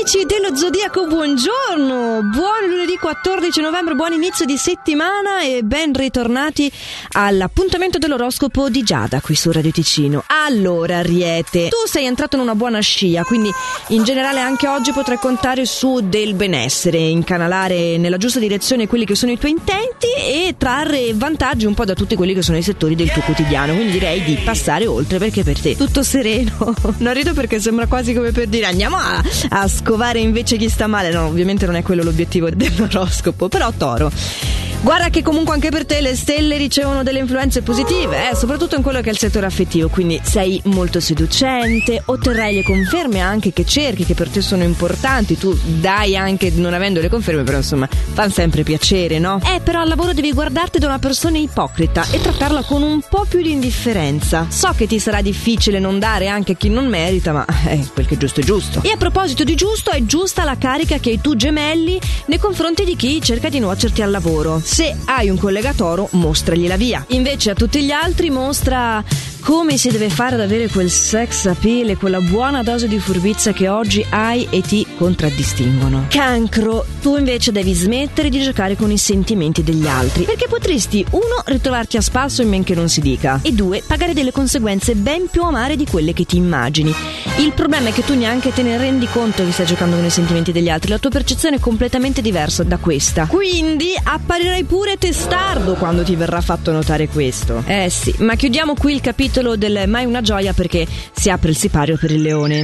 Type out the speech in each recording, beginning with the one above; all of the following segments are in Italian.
Amici dello Zodiaco, buongiorno, buon lunedì 14 novembre, buon inizio di settimana e ben ritornati all'appuntamento dell'oroscopo di Giada qui su Radio Ticino. Allora, Ariete, tu sei entrato in una buona scia, quindi in generale anche oggi potrai contare su del benessere, incanalare nella giusta direzione quelli che sono i tuoi intenti e trarre vantaggi un po' da tutti quelli che sono i settori del tuo quotidiano, quindi direi di passare oltre perché per te tutto sereno. Non rido perché sembra quasi come per dire andiamo a scovare invece chi sta male. No, ovviamente non è quello l'obiettivo dell'oroscopo, però Toro, guarda che comunque anche per te le stelle ricevono delle influenze positive, soprattutto in quello che è il settore affettivo, quindi sei molto seducente, otterrai le conferme anche che cerchi, che per te sono importanti, tu dai anche non avendo le conferme, però insomma fanno sempre piacere, no? Però al lavoro devi guardarti da una persona ipocrita e trattarla con un po' più di indifferenza. So che ti sarà difficile non dare anche a chi non merita, ma quel che è giusto è giusto. E a proposito di giusto, è giusta la carica che hai tu, Gemelli, nei confronti di chi cerca di nuocerti al lavoro. Se hai un collega Toro, mostragli la via. Invece a tutti gli altri mostra come si deve fare ad avere quel sex appeal e quella buona dose di furbizia che oggi hai e ti contraddistinguono. Cancro, tu invece devi smettere di giocare con i sentimenti degli altri, perché potresti 1. ritrovarti a spasso in men che non si dica, e 2. pagare delle conseguenze ben più amare di quelle che ti immagini. Il problema è che tu neanche te ne rendi conto che stai giocando con i sentimenti degli altri, la tua percezione è completamente diversa da questa, quindi apparirai pure testardo quando ti verrà fatto notare questo. Sì, ma chiudiamo qui il capitolo del mai una gioia perché si apre il sipario per il Leone.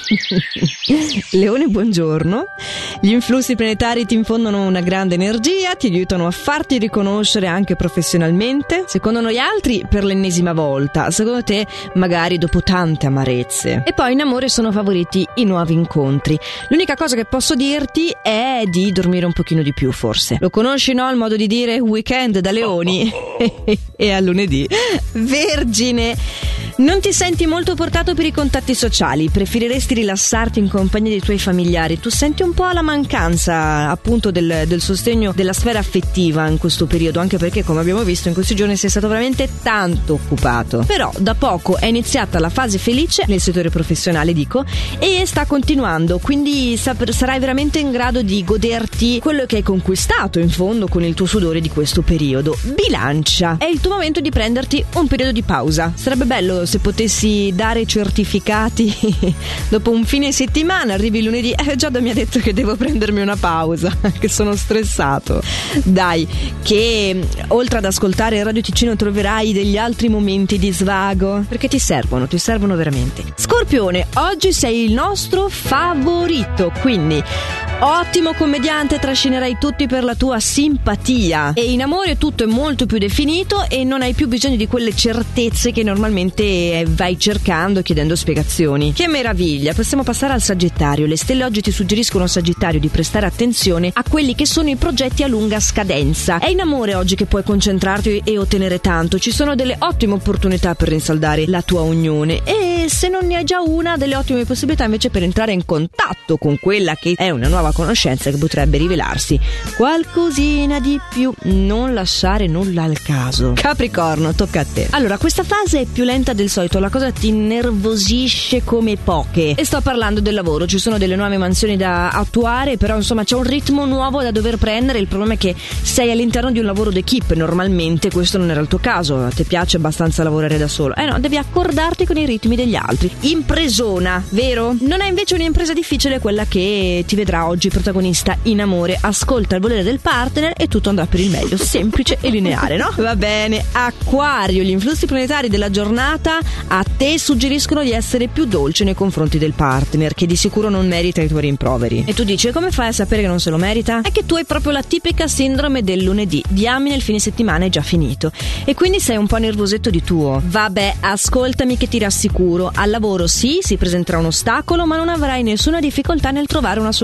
Leone, buongiorno. Gli influssi planetari ti infondono una grande energia, ti aiutano a farti riconoscere anche professionalmente, secondo noi altri per l'ennesima volta, secondo te magari dopo tante amarezze. E poi in amore sono favoriti i nuovi incontri. L'unica cosa che posso dirti è di dormire un pochino di più, forse. Lo conosci, no? Il modo di dire weekend da leoni? E a lunedì. Vergine, non ti senti molto portato per i contatti sociali, preferiresti rilassarti in compagnia dei tuoi familiari. Tu senti un po' la mancanza appunto del sostegno della sfera affettiva in questo periodo, anche perché come abbiamo visto in questi giorni sei stato veramente tanto occupato. Però da poco è iniziata la fase felice nel settore professionale, dico, e sta continuando, quindi sarai veramente in grado di goderti quello che hai conquistato in fondo con il tuo sudore di questo periodo. Bilancia, è il tuo momento di prenderti un periodo di pausa. Sarebbe bello se potessi dare certificati dopo un fine settimana, arrivi lunedì, Giada mi ha detto che devo prendermi una pausa, che sono stressato. Dai, che oltre ad ascoltare Radio Ticino troverai degli altri momenti di svago, perché ti servono veramente. Scorpione, oggi sei il nostro favorito, quindi ottimo commediante, trascinerai tutti per la tua simpatia e in amore tutto è molto più definito e non hai più bisogno di quelle certezze che normalmente vai cercando chiedendo spiegazioni. Che meraviglia, possiamo passare al Sagittario. Le stelle oggi ti suggeriscono, Sagittario, di prestare attenzione a quelli che sono i progetti a lunga scadenza. È in amore oggi che puoi concentrarti e ottenere tanto, ci sono delle ottime opportunità per rinsaldare la tua unione e se non ne hai già una, delle ottime possibilità invece per entrare in contatto con quella che è una nuova conoscenza che potrebbe rivelarsi qualcosina di più. Non lasciare nulla al caso. Capricorno, tocca a te. Allora, questa fase è più lenta del solito, la cosa ti innervosisce come poche e sto parlando del lavoro, ci sono delle nuove mansioni da attuare, però insomma c'è un ritmo nuovo da dover prendere. Il problema è che sei all'interno di un lavoro d'equipe, normalmente questo non era il tuo caso, a te piace abbastanza lavorare da solo, no, devi accordarti con i ritmi degli altri. Impresona, vero? Non è invece un'impresa difficile quella che ti vedrà oggi protagonista in amore. Ascolta il volere del partner e tutto andrà per il meglio, semplice e lineare, no? Va bene. Acquario, gli influssi planetari della giornata a te suggeriscono di essere più dolce nei confronti del partner, che di sicuro non merita i tuoi rimproveri. E tu dici, come fai a sapere che non se lo merita? È che tu hai proprio la tipica sindrome del lunedì, diamine il fine settimana è già finito e quindi sei un po' nervosetto di tuo. Vabbè, ascoltami che ti rassicuro, al lavoro sì, si presenterà un ostacolo, ma non avrai nessuna difficoltà nel trovare una soluzione.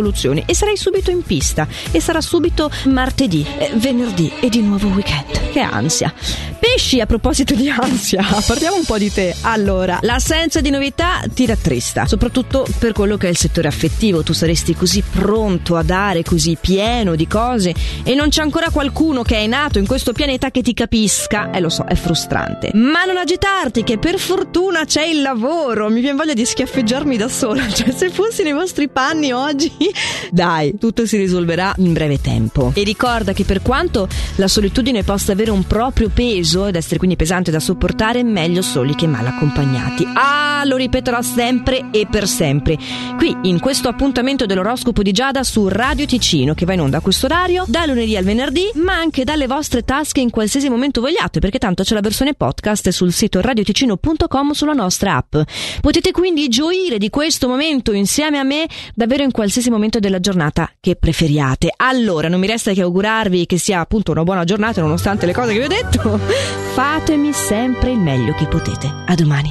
e sarai subito in pista e sarà subito martedì, venerdì e di nuovo weekend. Che ansia. Pesci, a proposito di ansia, parliamo un po' di te. Allora, l'assenza di novità ti rattrista, soprattutto per quello che è il settore affettivo. Tu saresti così pronto a dare, così pieno di cose, e non c'è ancora qualcuno che è nato in questo pianeta che ti capisca. Lo so, è frustrante, ma non agitarti, che per fortuna c'è il lavoro. Mi viene voglia di schiaffeggiarmi da sola, cioè se fossi nei vostri panni oggi, dai, tutto si risolverà in breve tempo. E ricorda che per quanto la solitudine possa avere un proprio peso ed essere quindi pesante da sopportare, meglio soli che mal accompagnati. Lo ripeterò sempre e per sempre, qui in questo appuntamento dell'oroscopo di Giada su Radio Ticino, che va in onda a questo orario da lunedì al venerdì, ma anche dalle vostre tasche in qualsiasi momento vogliate, perché tanto c'è la versione podcast sul sito radioticino.com, sulla nostra app. Potete quindi gioire di questo momento insieme a me davvero in qualsiasi momento della giornata che preferiate. Allora, non mi resta che augurarvi che sia appunto una buona giornata nonostante le cose che vi ho detto. Fatemi sempre il meglio che potete. A domani.